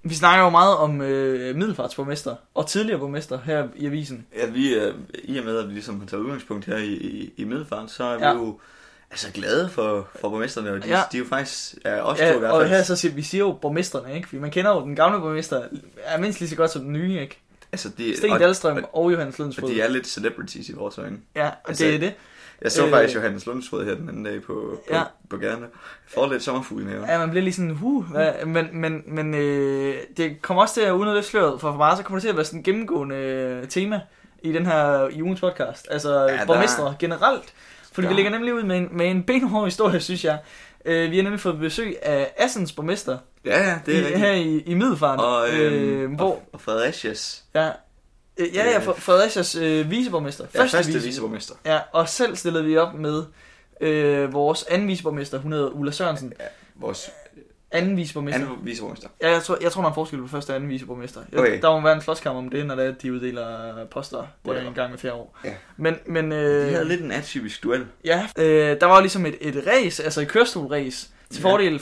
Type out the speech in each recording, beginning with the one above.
Vi snakker jo meget om middelfartsborgmester og tidligere borgmester her i avisen. Ja, vi i og med, at vi ligesom har taget udgangspunkt her i Middelfart, så er vi jo altså glade for borgmesterne, og de er jo faktisk også to i hvert fald. Og her så siger vi siger jo borgmesterne, ikke? Fordi man kender jo den gamle borgmester, er mindst lige så godt som den nye, ikke? Altså Sten Dahlstrøm og Johannes Lundsrud. Og de er lidt celebrities i vores øjne. Ja, og altså, det er det. Jeg så faktisk Johannes Lundsrud her den anden dag på gaden. Jeg får lidt sommerfugl i maven. Ja, man bliver lige sådan, men det kommer også til at uden at løfte sløret for mig, så kommer det til at være sådan et gennemgående tema i den her i ugens podcast. Altså borgmestre generelt. Fordi vi ligger nemlig ud med en benhård historie, synes jeg. Vi har nemlig fået besøg af Assens borgmester. Ja, det er rigtigt. Her i Middelfart. Og Fredericias. Fredericias viceborgmester. Første viceborgmester. Ja, og selv stillede vi op med vores anden viceborgmester. Hun hedder Ulla Sørensen. Ja, vores anden viceborgmester. Anden viceborgmester. Ja, jeg tror der er en forskel på første og anden viceborgmester. Okay. Der må være en slåskamp om det, når det er, de uddeler poster en gang med 4 år. Ja. Men de havde lidt en atypisk duel. Ja, der var ligesom et race, altså et kørestolrace, til fordel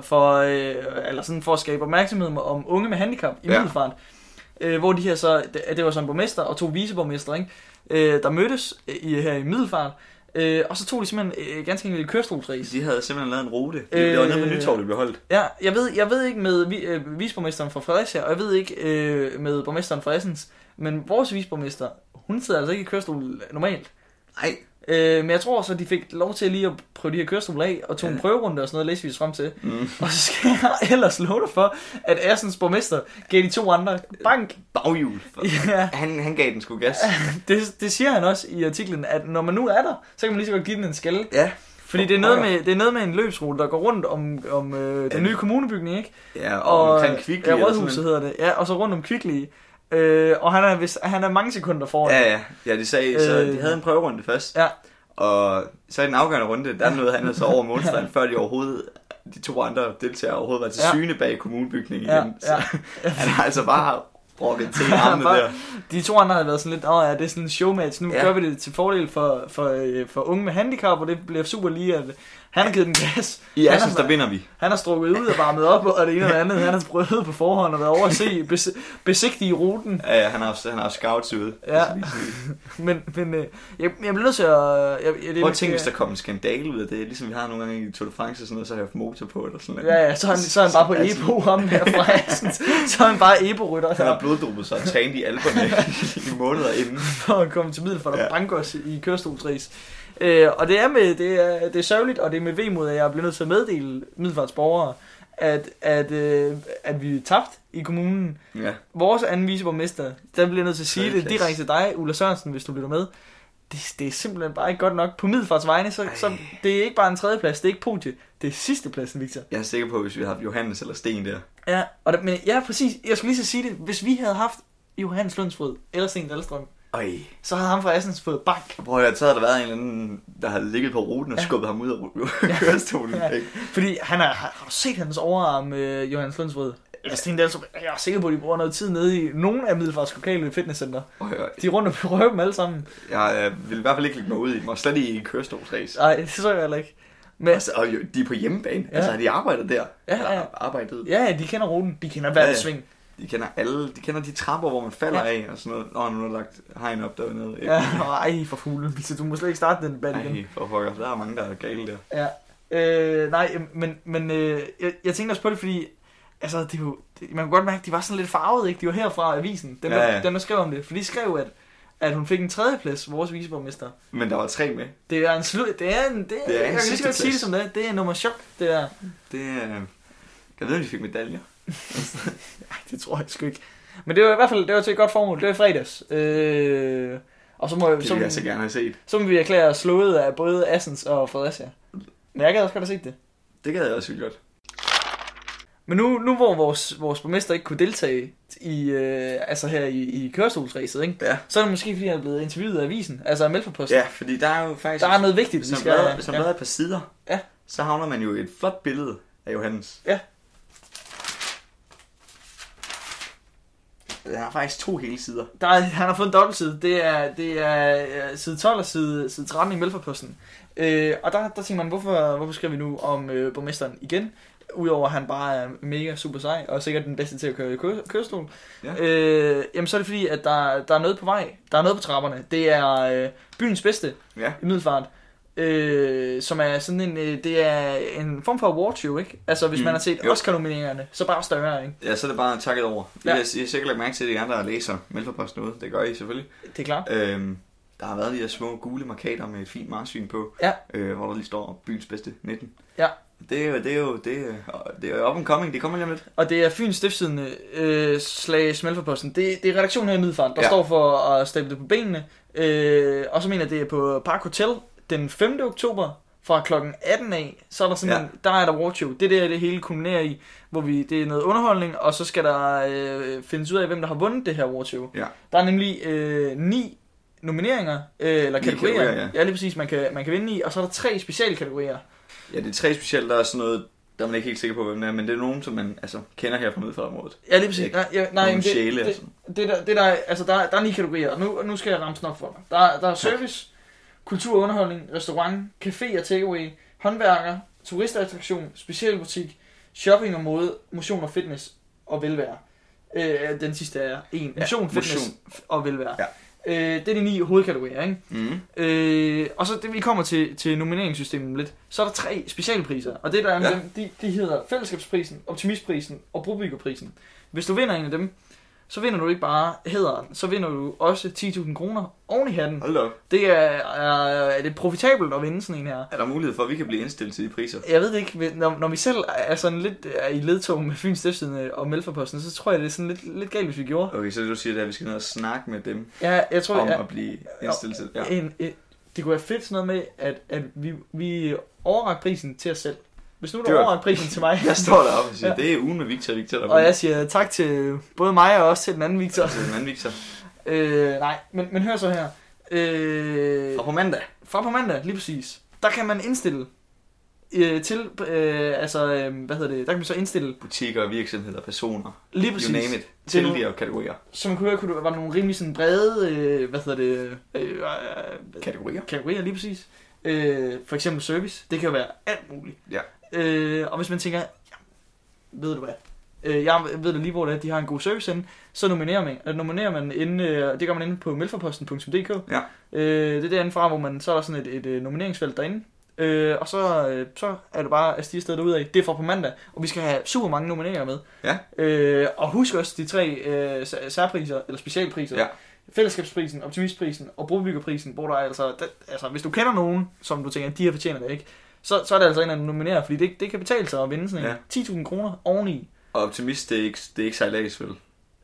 for at skabe opmærksomhed om unge med handicap i Middelfart. Hvor de her så, det var så en borgmester og 2 viceborgmestre, ikke? Der mødtes her i Middelfart. Og så tog de simpelthen ganske enkelt et kørestolsrace. De havde simpelthen lavet en rute. Det var nede på Nytorv, det blev holdt. Ja, jeg ved ikke med viceborgmesteren fra Fredericia, og jeg ved ikke med borgmesteren fra Assens, men vores viceborgmester, hun sidder altså ikke i kørestol normalt. Nej. Men jeg tror også, at de fik lov til lige at prøve de her kørestol af, og tog en prøverunde og sådan noget, læste vi os frem til. Og så skal jeg ellers love dig for, at Assens borgmester gav de 2 andre baghjul. Ja. Han gav den sgu gas. Det siger han også i artiklen, at når man nu er der, så kan man lige så godt give den en skalle. Ja. Fordi det er noget med en løbsrute, der går rundt om den nye kommunebygning, ikke? Ja, og omkring Kvickly. Ja, Rådhuset hedder det. Ja, og så rundt om Kvickly. Og han er mange sekunder foran. Ja, de sagde, så de havde en prøverunde først. Ja. Og så i den afgørende runde, der nåede han så over målstregen, før de 2 andre deltagere overhovedet var til syne bag kommunebygningen igen. Så han har altså bare brokket til armene der. De 2 andre havde været sådan lidt, det er sådan en showmatch. Nu gør vi det til fordel for unge med handicap, og det bliver super lige, at han har givet den gas. I Assens, der vinder vi. Han har strukket ud og varmet op, og det ene og det andet. Han har prøvet på forhånd og været over at se, besigtige ruten. Ja, han har scouts ude. Ja, men jeg bliver nødt til at... Prøv at tænke, hvis der kom en skandale ud af det. Ligesom vi har nogle gange i Tour de France og sådan noget, så har jeg haft motor på eller sådan noget. Ja, så er han bare på EPO, ham her fra Assens. Så er han bare EPO-rytter. Han har bloddopet sig og trænet i Alperne i måneder inden. For at komme til Middelfart og banke os i kørestolsræs. Og det er sørgeligt, og det er med vemod, at jeg bliver nødt til at meddele Middelfarts borgere, at vi tabte i kommunen. Ja. Vores anden viceborgmester, der bliver nødt til at sige det direkte til dig, Ulla Sørensen, hvis du lytter med. Det er simpelthen bare ikke godt nok. På Middelfarts vegne, så det er ikke bare en 3. plads, det er ikke podie, det er sidste pladsen, Victor. Jeg er sikker på, hvis vi havde haft Johannes eller Sten der. Ja, men præcis, jeg skulle lige så sige det, hvis vi havde haft Johannes Lundsrud eller Sten Dahlstrøm, så havde ham fra Assens fået bank. Prøv at så havde der været en eller anden, der havde ligget på ruten og skubbet ham ud af kørestolen. Ja. Fordi har du set hans overarm, Johannes Lundsrud? Eller Sten Dahlstrøm? Jeg er sikker på, at de bruger noget tid nede i nogle af Middelfarts lokale fitnesscenter. De er rundt og prøver dem alle sammen. Jeg vil i hvert fald ikke lægge mig ud i dem, og slet ikke i en kørestolsræs. Nej, det tror jeg heller ikke. Men... Og de er på hjemmebane. Ja. Altså har de arbejdet der? Arbejdet? Ja, de kender ruten. De kender hver sving. De kender alle. De kender de trapper, hvor man falder af og sådan noget. Nu har lagt hegn op dernede. Ja, for fuglen. Du må slet ikke starte den debat igen. For pokker. Der er mange, der er gale der. Ja. Jeg tænkte også på det, fordi altså, man kan godt mærke, at de var sådan lidt farvet, ikke? De var her fra avisen. Dem, der skrev om det. For de skrev, at hun fik en 3. plads, vores viceborgmester. Men der var 3 med. Det er en jeg kan lige godt sige det som det. Det er nummer chok, det der. Jeg ved, at de fik medaljer. Nej, det tror jeg sgu ikke. Men det var i hvert fald til et godt formål. Det var i fredags. Og så må det vil jeg så gerne have set. Så må vi erklære slået af både Assens og Fredericia. Men jeg gad også godt have set det. Det gad jeg også godt. Men nu hvor vores borgmester ikke kunne deltage i her i kørestolsræset, ikke? Ja. Så er det måske fordi han er blevet interviewet af avisen, altså af Mælkeposten. Ja, fordi der er jo faktisk noget vigtigt. Hvis han blader et par sider, så havner man jo i et flot billede af Johannes. Ja. Han har faktisk 2 hele sider. Han har fået en dobbeltside. Det er side 12 og side 13 i Mælkeposten. Og der tænker man, hvorfor skriver vi nu om borgmesteren igen? udover at han bare er mega super sej, og sikkert den bedste til at køre i kørestol, jamen så er det fordi, at der er noget på vej, der er noget på trapperne. Det er byens bedste i Middelfart, som er sådan det er en form for award show, ikke? Altså hvis man har set Oscar-nomineringerne, så bare større, ikke? Ja, så er det bare takket over. Jeg har sikkert lagt mærke til, at de andre læser Mælkeposten ud. Det gør I selvfølgelig. Det er klart. Der har været de her små gule markader med et fint marsvin på, hvor der lige står byens bedste 19. Ja. Det er up and coming, det kommer lige om lidt. Og det er Fyns Stiftstidende / Mælkeposten. Det er redaktionen her i Middelfart, der står for at stable det på benene. Og så mener jeg, det er på Park Hotel den 5. oktober fra klokken 18 af. Så er der sådan der er der award show. Det hele kulminerer i, hvor det er noget underholdning, og så skal der findes ud af, hvem der har vundet det her award show. Ja. Der er nemlig 9 nomineringer, eller kategorier. Ja, lige præcis, man kan vinde i, og så er der 3 specialkategorier. Ja, det er 3 specielle, der er sådan noget, der er man ikke helt sikker på, hvem det er, men det er nogen, som man kender her fra Middelfartområdet. Ja, lige præcis. Der er 9 kategorier, og nu skal jeg ramse den op for dig. Der er service, kultur og underholdning, restaurant, café og takeaway, håndværker, turistattraktion, specialbutik, shopping og mode, motion og fitness og velvære. Den sidste er motion, fitness og velvære. Ja. Det er de 9 hovedkategorier, ikke? Og så det vi kommer til nomineringssystemet lidt, så er der 3 specialpriser, og det der er dem, de hedder fællesskabsprisen, optimistprisen og brobyggerprisen. Hvis du vinder en af dem, så vinder du ikke bare hæderen, så vinder du også 10.000 kroner oven i hatten. Hold op. Det er det profitabelt at vinde sådan en her. Er der mulighed for, at vi kan blive indstillet til de priser? Jeg ved det ikke. Når vi selv er sådan lidt i ledtog med Fyns Stiftstidende og Mælkeposten, så tror jeg, det er sådan lidt galt, hvis vi gjorde. Okay, så du siger, at vi skal ned og snakke med dem jeg tror, om at blive indstillet til. Ja. Det kunne være fedt sådan noget med, at vi overrækker prisen til os selv. Hvis nu du overrækker prisen til mig. Jeg står deroppe og siger, det er ugen med Victor. Og jeg siger tak til både mig og også til den anden Victor. Nej, men hør så her. Fra på mandag, lige præcis. Der kan man indstille til, der kan man så indstille butikker, virksomheder, personer, lige præcis. You name it, til de her kategorier. Som man kunne høre, var der nogle rimelig sådan brede, kategorier, lige præcis. For eksempel service, det kan jo være alt muligt. Ja. Og hvis man tænker, ved du hvad, jeg ved da lige, hvor det er, de har en god service inde, så nominerer man inde, det gør man inde på mælkeposten.dk. Ja. Det er derindefra, hvor man, så er der sådan et nomineringsfelt derinde. Og så er det bare at stige afsted derudad. Det er fra på mandag, og vi skal have super mange nomineringer med. Ja. Og husk også de 3 særpriser, eller specialpriser. Ja. Fællesskabsprisen, optimistprisen og brobyggerprisen, hvor der er altså hvis du kender nogen, som du tænker, de her fortjener det ikke, så er det altså en af de nominerer, fordi det kan betale sig at vinde sådan en 10.000 kroner oveni. Og optimist, det er ikke sejlads, vel?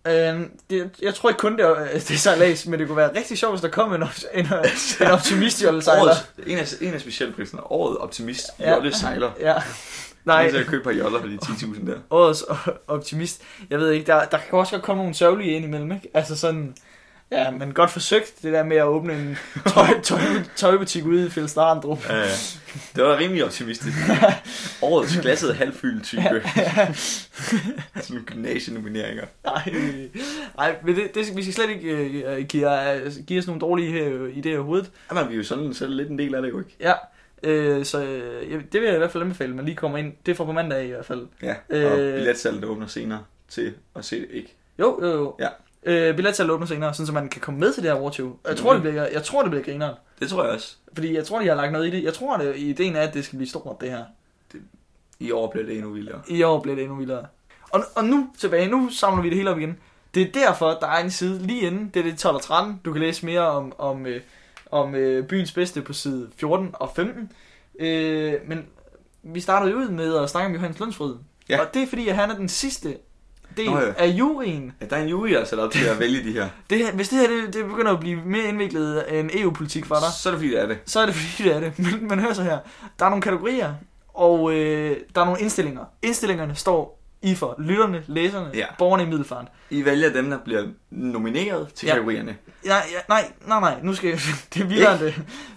Jeg tror ikke kun det er sejlads, men det kunne være rigtig sjovt, hvis der kom en optimist-jolle-sejler. En af specialpriserne, året optimist jolle-sejler. Ja. Nej. Så jeg køber joller for de 10.000 der. Årets optimist. Jeg ved ikke, der kan også godt komme nogle sørgelige ind imellem, ikke? Altså sådan. Ja, men godt forsøgt, det der med at åbne en tøjbutik ude i Fælledstrandrup. Ja. Det var rimelig optimistisk. Årets glassede halvfyldt type. Sådan nogle gymnasienomineringer. Nej, men vi skal slet ikke give os nogle dårlige idéer i hovedet. Jamen, vi er jo sådan selv lidt en del af det, jo ikke? Ja. Så det vil jeg i hvert fald anbefale, man lige kommer ind. Det er fra på mandag i hvert fald. Ja, og billetsalget åbner senere til at se det, ikke? Jo. Ja. Billetsalget åbner senere, sådan så man kan komme med til det her awardshow. Jeg tror, det bliver grineren. Det tror jeg også. Fordi jeg tror, de har lagt noget i det. Jeg tror, at ideen er, at det skal blive stort, det her. I år bliver det endnu vildere. Og nu tilbage, nu samler vi det hele op igen. Det er derfor, der er en side lige inden. Det er det 12 og 13. Du kan læse mere om byens bedste på side 14 og 15. Men vi startede ud med at snakke om Johannes Lundsfrid. Ja. Og det er fordi, at han er den sidste del af juryen. Ja, der er en jury, der er sat op til at vælge de her. Hvis det her det begynder at blive mere indviklet end EU-politik for dig, så er det fordi, det er det. Men hør så her. Der er nogle kategorier, og der er nogle indstillinger. Indstillingerne står I for lytterne, læserne, borgerne i Middelfart. I vælger dem, der bliver nomineret til kategorierne. Nej, nu skal jeg, det er vildere end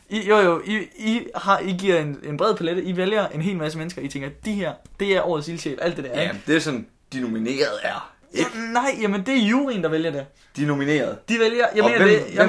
det. I giver en bred palette. I vælger en hel masse mennesker. I tænker, de her, det er årets ildsjæl, alt det der. Ja, det er sådan, de nominerede er. Ja, nej, jamen det er juryen, der vælger det. De er nomineret. De vælger, jeg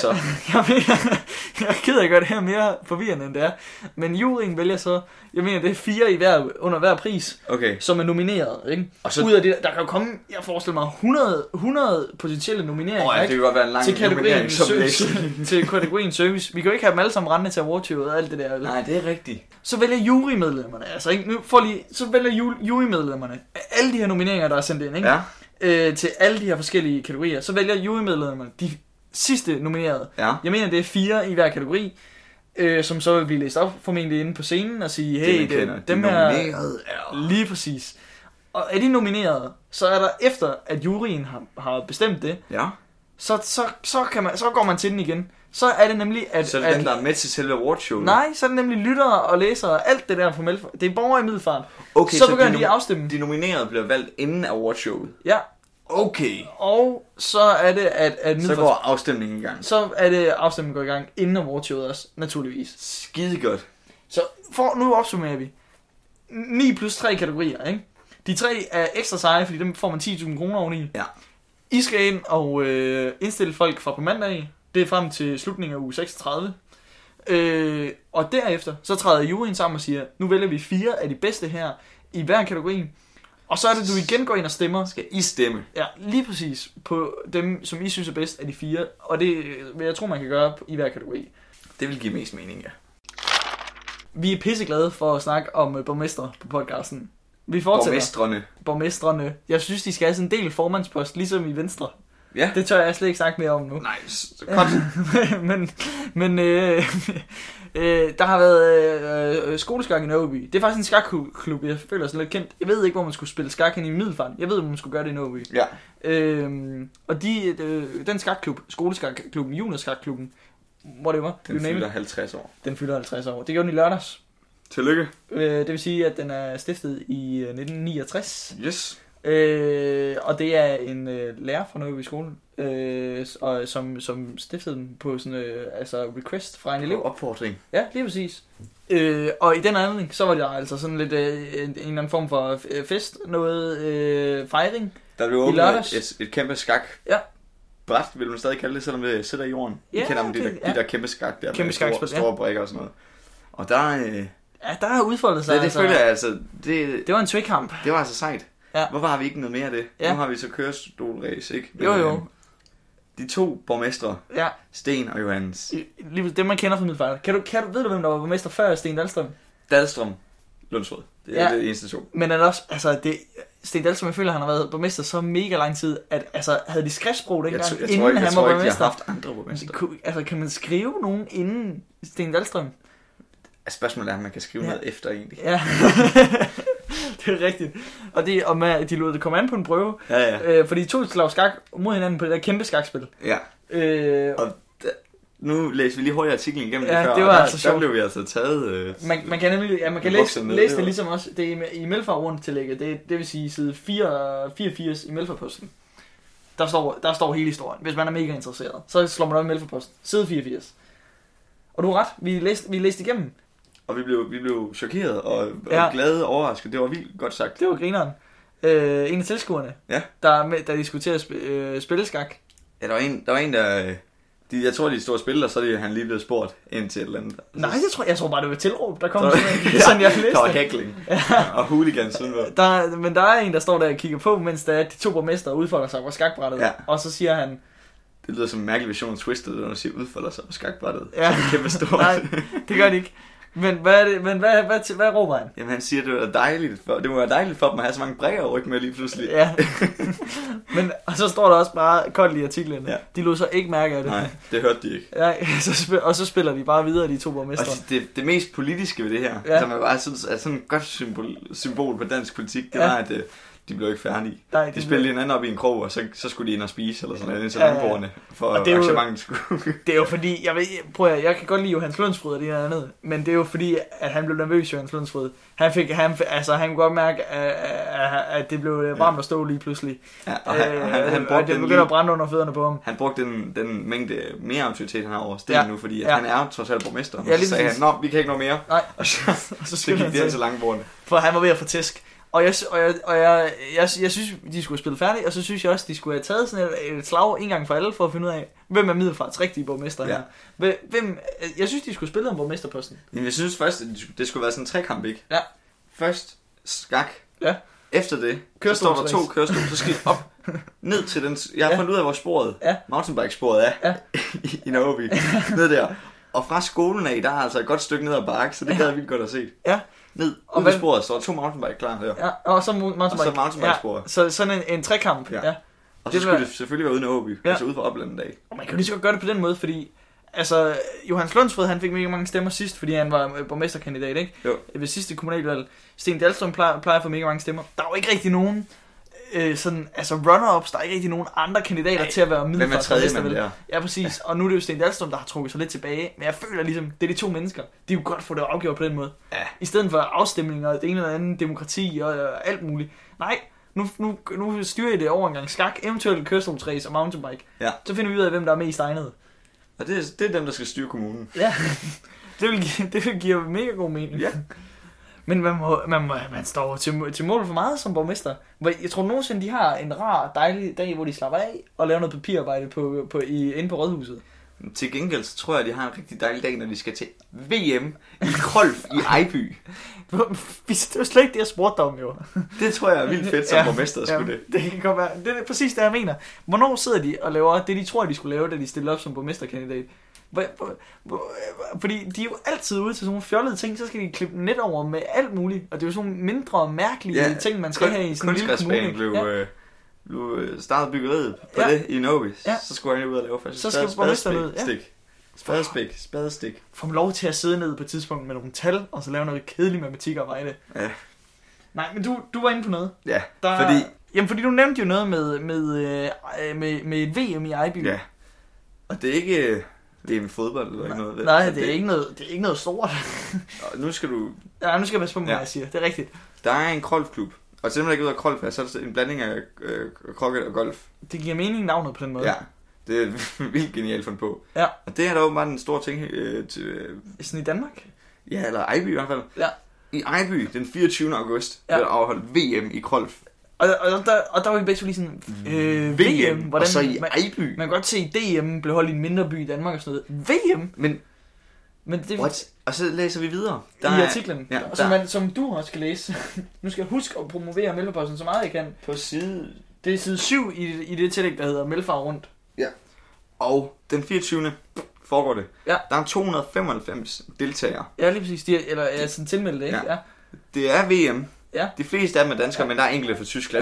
er ked af at gøre det her mere forvirrende end det er, men juryen vælger så, jeg mener det er 4 under hver pris, som er nomineret, ikke? Og så, ud af det, der kan jo komme, jeg forestiller mig 100 potentielle nomineringer, det kan godt være en lang nominering til kategorien service. Vi kan jo ikke have dem alle sammen rendende til awardshowet og alt det der. Nej, det er rigtigt. Så vælger jurymedlemmerne, altså ikke nu så vælger jurymedlemmerne alle de her nomineringer, der er sendt ind, ikke? Ja. Til alle de her forskellige kategorier, så vælger jurymedlemmerne de sidste nominerede. Ja. Jeg mener, det er 4 i hver kategori, som så vil blive læst op formentlig inde på scenen og sige, hey, dem her lige præcis. Og er de nomineret, så er der efter, at juryen har bestemt det, så går man til den igen. Så er det nemlig, at... Så er det den, der er med til selve awardshowet? Nej, så er det nemlig lyttere og læsere og alt det der på Middelfart. Det er borgere i Middelfart. Okay, så begynder de at afstemme. De nominerede bliver valgt inden awardshowet? Ja. Okay. Og så er det, at så går afstemningen i gang. Så er det, afstemningen går i gang inden awardshowet også, naturligvis. Skide godt. Så nu opsummerer vi. 9 plus 3 kategorier, ikke? De 3 er ekstra seje, fordi dem får man 10.000 kroner oveni. Ja. I skal ind og indstille folk fra på mandag. Det er frem til slutningen af uge 36. Og derefter, så træder juryen sammen og siger, nu vælger vi 4 af de bedste her i hver kategori. Og så er det, du igen går ind og stemmer. Skal I stemme? Ja, lige præcis på dem, som I synes er bedst af de 4. Og det vil jeg tro, man kan gøre i hver kategori. Det vil give mest mening, ja. Vi er pisseglade for at snakke om borgmestre på podcasten. Vi fortsætter. Borgmestrene. Jeg synes, de skal have sådan en del formandspost, ligesom i Venstre. Ja. Det tør jeg slet ikke snakke mere om nu. Nej, godt. men der har været skoleskak i Nåby. Det er faktisk en skakklub, jeg føler sådan lidt kendt. Jeg ved ikke, hvor man skulle spille skak hen i Middelfart. Jeg ved, hvor man skulle gøre det i Nåby. Ja. Og den skakklub, skoleskakklubben, juniorskakklubben, whatever. Den fylder 50 år. Den fylder 50 år. Det gjorde den i lørdags. Tillykke. Det vil sige, at den er stiftet i 1969. Yes. Og det er en lærer fra Nåby skole, og som stiftede den på sådan request fra en elev. Opfordring. Ja, lige præcis. Og i den anledning, så var det altså sådan lidt en eller anden form for fest, noget fejring. Der blev åbnet et kæmpe skak. Ja. Bræt, vil man stadig kalde det, selvom det sidder i jorden. Ja, I kender dem, de der kæmpe skak der, kæmpe med store brikker og sådan noget. Og der... der har udfoldet sig. Det føler jeg altså... Det var en tvækkamp. Det var altså sejt. Ja. Hvorfor har vi ikke noget mere af det? Ja. Nu har vi så kørestolræs, ikke? Men, jo. De 2 borgmestre, Sten og Johannes. Det man kender fra Middelfart. Ved du, hvem der var borgmester før Sten Dahlstrøm? Dahlstrøm, Lundsrød. Det er det eneste 2. Men han også, Sten Dahlstrøm, jeg føler, han har været borgmester så mega lang tid, at havde de skriftsprog dengang, inden han var borgmester? Jeg tror ikke, de har haft andre borgmester. Kan man skrive nogen inden Sten Dahlstrøm? Spørgsmålet er, om man kan skrive noget efter egentlig. Ja. Det er rigtigt. Og de lod det komme an på en prøve. Ja. Fordi de tog slag skak mod hinanden på det der kæmpe skakspil. Ja. Og nu læser vi lige hurtigt artiklen igennem det før. Det var altså sjovt. Der blev vi altså taget... Man kan nemlig, man kan læse det ligesom også. Det er i Middelfart rundt tillægget. Det vil sige side 84 i Middelfartposten. Der står hele historien. Hvis man er mega interesseret, så slår man op i Middelfartposten. Side 84. Og du har ret. Vi læste igennem. Og vi blev chokeret og glade og overrasket. Det var vildt godt sagt. Det var grineren. En af tilskuerne, der diskuterede spille skak. Ja, der var en, der... Jeg tror, de stod og spillede, og så er han lige blevet spurgt ind til et eller andet. Nej, jeg tror bare, det var tilråb, der kom sådan, jeg læste. Der var heckling og hooligans. Men der er en, der står der og kigger på, mens der er de 2 borgmestre udfolder sig på skakbrættet. Ja. Og så siger han... Det lyder som en mærkelig version af Twisted, når du siger udfolder sig på skakbrættet. Ja. Så kæmpe stort. Nej, det gør de ikke. Men hvad er det? Hvad råber han? Jamen han siger, det var dejligt. Det må være dejligt for dem at have så mange brikker at rykke med lige pludselig. Ja. Men og så står der også bare koldt i artiklen. Ja. De lod så ikke mærke af det. Nej, det hørte de ikke. Nej, og så spiller de bare videre, de 2 borgmestre. Og det mest politiske ved det her, som jeg bare synes er sådan et godt symbol på dansk politik, det var, at de blev ikke færdige. Nej, de spillede hinanden op i en krog, og så skulle de ind og spise, eller sådan noget, indtil landbordene, for arrangementet skulle... Det er jo fordi, jeg kan godt lide Johannes Lundsfryd og det her andet, men det er jo fordi, at han blev nervøs, Johannes Lundsfryd. Han kunne godt mærke, at det blev varmt at stå lige pludselig. Ja, og han brugte det begyndte at brænde under fødderne på ham. Han brugte den mængde mere autoritet, han har over Sten nu, fordi at han er trods alt borgmester. Og så sagde han, vi kan ikke noget mere. Nej. Og så gik det ind til langbordene. For han var ved at få tæsk. Og jeg synes, de skulle have spillet færdigt, og så synes jeg også, de skulle have taget sådan et slag en gang for alle, for at finde ud af, hvem er Middelfarts rigtige borgmester her. Jeg synes, de skulle spille om borgmesterposten. Men jeg synes først, at det skulle være sådan en trekamp, ikke? Ja. Først skak. Ja. Efter det, så står der 2 kørestol, så skal I op, ned til den. Jeg har fundet ud af, hvor sporet, mountainbike-sporet er i Nørreby. Ned der. Og fra skolen af, der er altså et godt stykke ned ad bakke, så det gad jeg vildt godt at se. Ja. Ned, ud på sporet, så er 2 mountainbike klar der. Ja, og så mountainbike-sporet. Ja, så sådan en trekamp. Ja. Og så skulle det selvfølgelig være uden Nørreby, altså ude for oplandet dag. Og man kan jo lige så godt gøre det på den måde, fordi altså, Johannes Lundsfred, han fik mega mange stemmer sidst, fordi han var borgmesterkandidat, ikke? Jo. Ved sidste kommunalvalg. Sten Dahlstrøm plejer at få mega mange stemmer. Der er jo ikke rigtig nogen sådan, altså runner-ups, der er ikke rigtig nogen andre kandidater til at være Middelfarts borgmester. Ja, præcis. Og nu er det jo Sten Dahlstrøm, der har trukket sig lidt tilbage. Men jeg føler ligesom, det er de 2 mennesker. De er jo godt få det afgjort på den måde. Ja. I stedet for afstemninger og det ene eller andet demokrati og alt muligt. Nej, nu styrer I det over en gang skak, eventuelt kørestolsræs og mountainbike. Ja. Så finder vi ud af, hvem der er mest egnet. Og det er dem, der skal styre kommunen. Ja, det vil give mega god mening. Ja. Men man står til mål for meget som borgmester. Jeg tror nogensinde, de har en rar, dejlig dag, hvor de slapper af og laver noget papirarbejde inde på Rådhuset. Til gengæld så tror jeg, at de har en rigtig dejlig dag, når de skal til VM i golf i Ejby. Det var slet ikke det, jeg spurgte dig om, jo. Det tror jeg er vildt fedt som borgmester, skulle det. Det kan godt være. Det er præcis det, jeg mener. Hvornår sidder de og laver det, de tror, de skulle lave, da de stiller op som borgmesterkandidat? Fordi de er jo altid ude til sådan nogle fjollede ting, så skal de klippe net over med alt muligt. Og det er jo sådan nogle mindre mærkelige ting, man skal have i sådan en lille kommune. Du startede byggeriet på det i Nørreby, så skulle han ud og lave først. Så skal borgmesteren ud. Spadestik. Får man lov til at sidde ned på et tidspunkt med nogle tal, og så lave noget kedeligt matematikarbejde. Ja. Nej, men du var inde på noget. Ja, fordi du nævnte jo noget med et VM i Ejby. Ja. Og det er ikke VM i fodbold eller ikke noget. Nej, det er ikke noget stort. Og nu skal du... Ja, nu skal jeg passe på, hvad jeg siger. Det er rigtigt. Der er en golfklub. Og til dem, der ikke ved af golf, så er det en blanding af croquet og golf. Det giver mening navnet på den måde. Ja, det er vildt genialt fundet på. Ja. Og det er da åbenbart en stor ting sådan i Danmark? Ja, eller Ejby i hvert fald. Ja. I Ejby, den 24. august, blev der afholdt VM i golf. Og der var vi begge lige sådan, VM, hvordan, og så i Ejby. Man kan godt se, at DM blev holdt i en mindre by i Danmark og sådan noget. VM? Men det... What? Og så læser vi videre. I artiklen. Ja, som du også skal læse. Nu skal jeg huske at promovere Mælkeposten så meget jeg kan. På side... Det er side 7 i det tillæg, der hedder Mælkefar rundt. Ja. Og den 24. foregår det. Ja. Der er 295 deltagere. Ja, lige præcis. Eller sådan tilmeldt det, ikke? Ja. Det er VM. Ja. De fleste af dem er danskere, men der er enkelte fra Tyskland.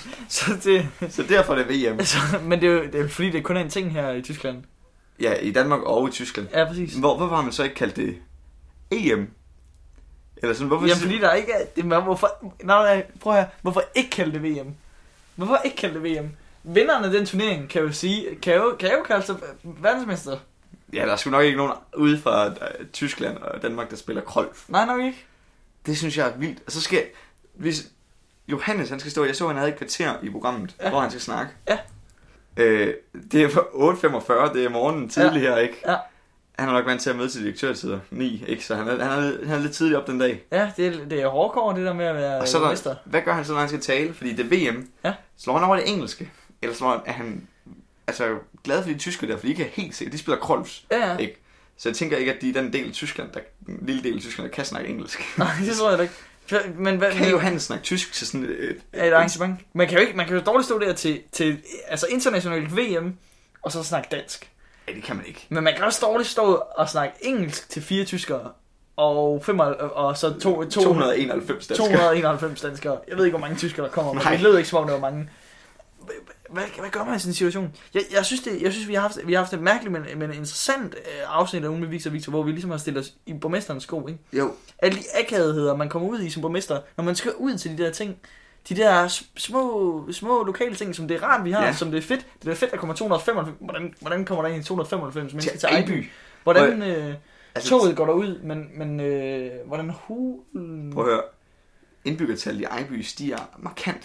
så derfor er det VM. Men det er jo fordi, det kun er en ting her i Tyskland. Ja, i Danmark og i Tyskland. Ja, præcis. Hvorfor har man så ikke kaldt det EM? Eller sådan, hvorfor... Ja, fordi der ikke er... Prøv her. Hvorfor ikke kalde det VM? Hvorfor ikke kalde det VM? Vinderne af den turnering kan jo sige... Kan jo kalde sig verdensmester. Ja, der er sgu nok ikke nogen ude fra Tyskland og Danmark, der spiller golf. Nej, nok ikke. Det synes jeg er vildt. Og så skal... Hvis Johannes, han skal stå... Jeg så, han havde et kvarter i programmet, hvor han skal snakke. Ja. Det er 8:45, det er morgenen tidlig her, ikke? Ja. Han er nok vant til at møde til direktørtider 9, ikke? Så han er lidt tidligt op den dag. Ja, det er hårdkår, det der med at være og så mester. Hvad gør han så, når han skal tale? Fordi det er VM. Ja. Slår han over det engelske? Eller er han glad for de tyskere der, for de kan helt se, de spiller golf. Ja. Ikke? Så jeg tænker ikke, at de er den del af Tyskland, den lille del af Tyskland, der kan snakke engelsk. Nej, det tror jeg da ikke. Kan jo han snakke tysk til sådan et arrangement? Man kan jo dårligt stå der til altså internationalt VM, og så snakke dansk. Ja, det kan man ikke. Men man kan også dårligt stå og snakke engelsk til 4 tyskere, og så 291 danskere. 291 danskere. Jeg ved ikke, hvor mange tyskere der kommer, men det lød ikke som om, der var mange. Hvad gør man i sådan en situation? Jeg synes vi har haft et mærkeligt, men interessant afsnit af Ugen med Victor, hvor vi ligesom har stillet os i borgmesterens sko, ikke? Jo. Alle de akavigheder, man kommer ud i som borgmester, når man skal ud til de der ting, de der små lokale ting, som det er rart, vi har, som det er fedt. Det er fedt, der kommer 295. Hvordan kommer der egentlig 295 mennesker til Ejby? Hvordan toget går derud, men hvordan Prøv at høre. Indbyggertallet i Ejby stiger markant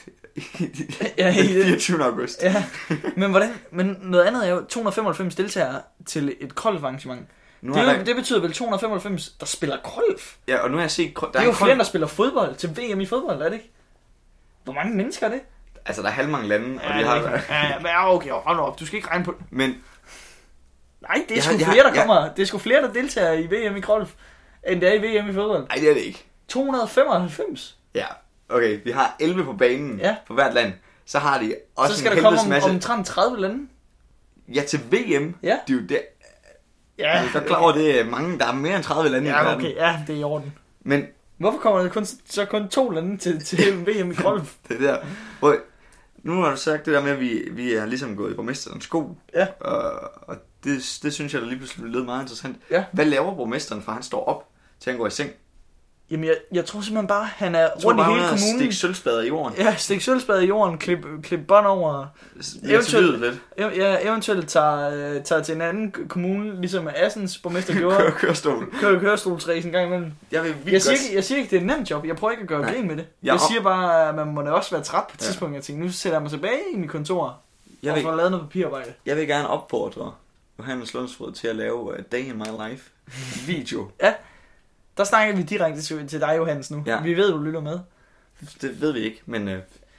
i 24. august. Ja. Men noget andet er jo 295 deltagere til et golfarrangement. Det betyder vel 295, der spiller golf. Ja, og nu har jeg set... Det er jo flere, der spiller fodbold til VM i fodbold, er det ikke? Hvor mange mennesker er det? Altså, der er halvmange lande, og ja, de har... Ja, okay, hold op. Du skal ikke regne på det. Men... Nej, det er sgu flere, der kommer. Det er sgu flere, der deltager i VM i golf, end der er i VM i fodbold. Nej, det er det ikke. 295. Ja, okay. Vi har 11 på banen på hvert land. Så har de også så skal der komme omtrent 30 lande. Ja, til VM. Ja. Det er jo det. Ja. Jeg er klar over, det er mange, der er mere end 30 lande i verden. Ja, okay. Ja, det er i orden. Men... Hvorfor kommer der kun 2 lande til VM i golf? Det der. Hvor, nu har du sagt det der med, at vi er ligesom gået i borgmesterens sko. Ja. Og det synes jeg, der lige pludselig lød meget interessant. Ja. Hvad laver borgmesteren, for han står op til han går i seng? Jamen, jeg tror simpelthen bare, han er rundt i hele kommunen. Stik sølvspader i jorden. Ja, stik sølvspader i jorden, klip bånd over. Eventuelt tager til en anden kommune, ligesom Assens borgmester gjorde. Kørestolsræs en gang imellem. Jeg siger ikke, det er et nemt job. Jeg prøver ikke at gøre grin med det. Jeg siger bare, at man må da også være træt på et tidspunkt. Jeg tænker, nu sætter jeg mig tilbage i mit kontor og får lavet noget papirarbejde. Jeg vil gerne opfordre Johannes Lundsfred til at lave Day in My Life video. Ja. Der snakker vi direkte til dig, Johannes, nu. Ja. Vi ved, du lytter med. Det ved vi ikke, men...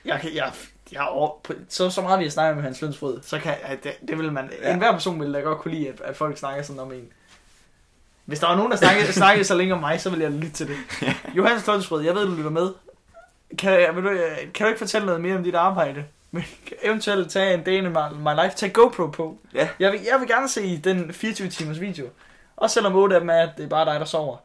Så meget vi har snakket med Hans Lundsfred, så kan det vil man... Ja. Enhver person vil da godt kunne lide, at folk snakker sådan om en. Hvis der var nogen, der snakkede så længe om mig, så vil jeg lytte til det. Ja. Johannes Lundsfred, jeg ved, du lytter med. Kan du ikke fortælle noget mere om dit arbejde? Men eventuelt tage en day in my life. Tag GoPro på. Ja. Jeg vil gerne se den 24 timers video. Også selvom 8 af dem er, at det er bare dig, der sover.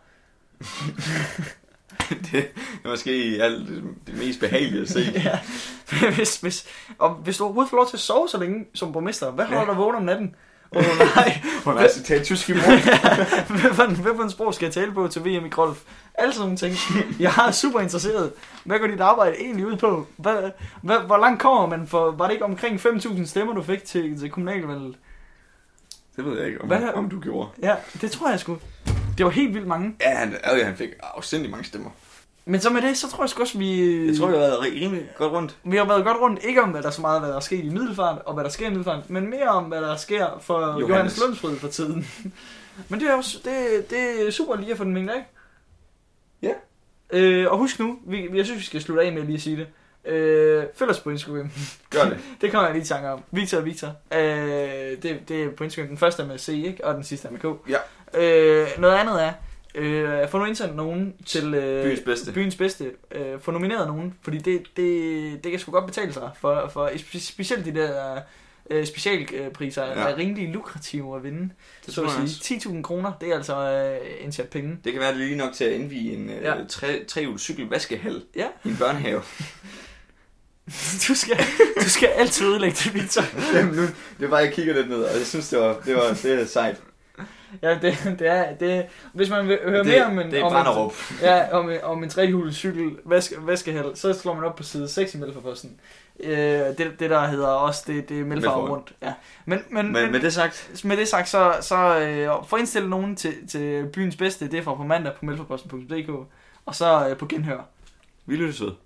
Det er måske alt det mest behagelige at se. Ja. Hvis du overhovedet får lov til at sove så længe som borgmester, hvad holder du vågen om natten? Nej. Hun har altså talt tysk i morgen. Hvad for en sprog skal jeg tale på til VM i golf? Alle sådan nogle ting. Jeg er super interesseret. Hvad går dit arbejde egentlig ud på? Hvor langt kommer man for? Var det ikke omkring 5.000 stemmer, du fik til kommunalvalget? Det ved jeg ikke, om du gjorde. Ja, det tror jeg sgu. Det var helt vildt mange. Ja, han fik afsindig mange stemmer. Men så med det, så tror jeg sgu også, Jeg tror, vi har været rimelig godt rundt. Vi har været godt rundt, ikke om hvad der er så meget, hvad der er sket i Middelfart, og hvad der sker i Middelfart, men mere om, hvad der sker for Johannes Lundsfred for tiden. Men det er også, det er super lige at få den mængde af. Ja. Og husk nu, jeg synes, vi skal slutte af med lige at sige det. Følg os på Instagram. Gør det. Det kommer jeg lige i tanke om. Victor. Det er på Instagram. Den første er med C, ikke? Og den sidste er med K. Ja. Noget andet er, få nu indsendt nogen til byens bedste. Få nomineret nogen, fordi det kan sgu godt betale sig for specielt de der specialpriser er rimelig lukrative at vinde. Det så at sige 10.000 kroner, det er altså en chat penge. Det kan være, det lige nok til at indvige en trehjulet cykelvaskehal i en børnehave. Du skal altid udlægge det, Victor. Jamen nu, det er bare, jeg kigger lidt ned, og jeg synes, det er sejt. Ja, det er hvis man vil høre mere om en trehjulet cykel vaskehal, så slår man op på side 6 i Mælkeforposten. Det der hedder også det er Mælkeforposten rundt. Ja. Men med det sagt så få indstillet nogen til byens bedste. Det er fra på mandag på mælkeforposten.dk og så på genhør. Vi lyttes ved.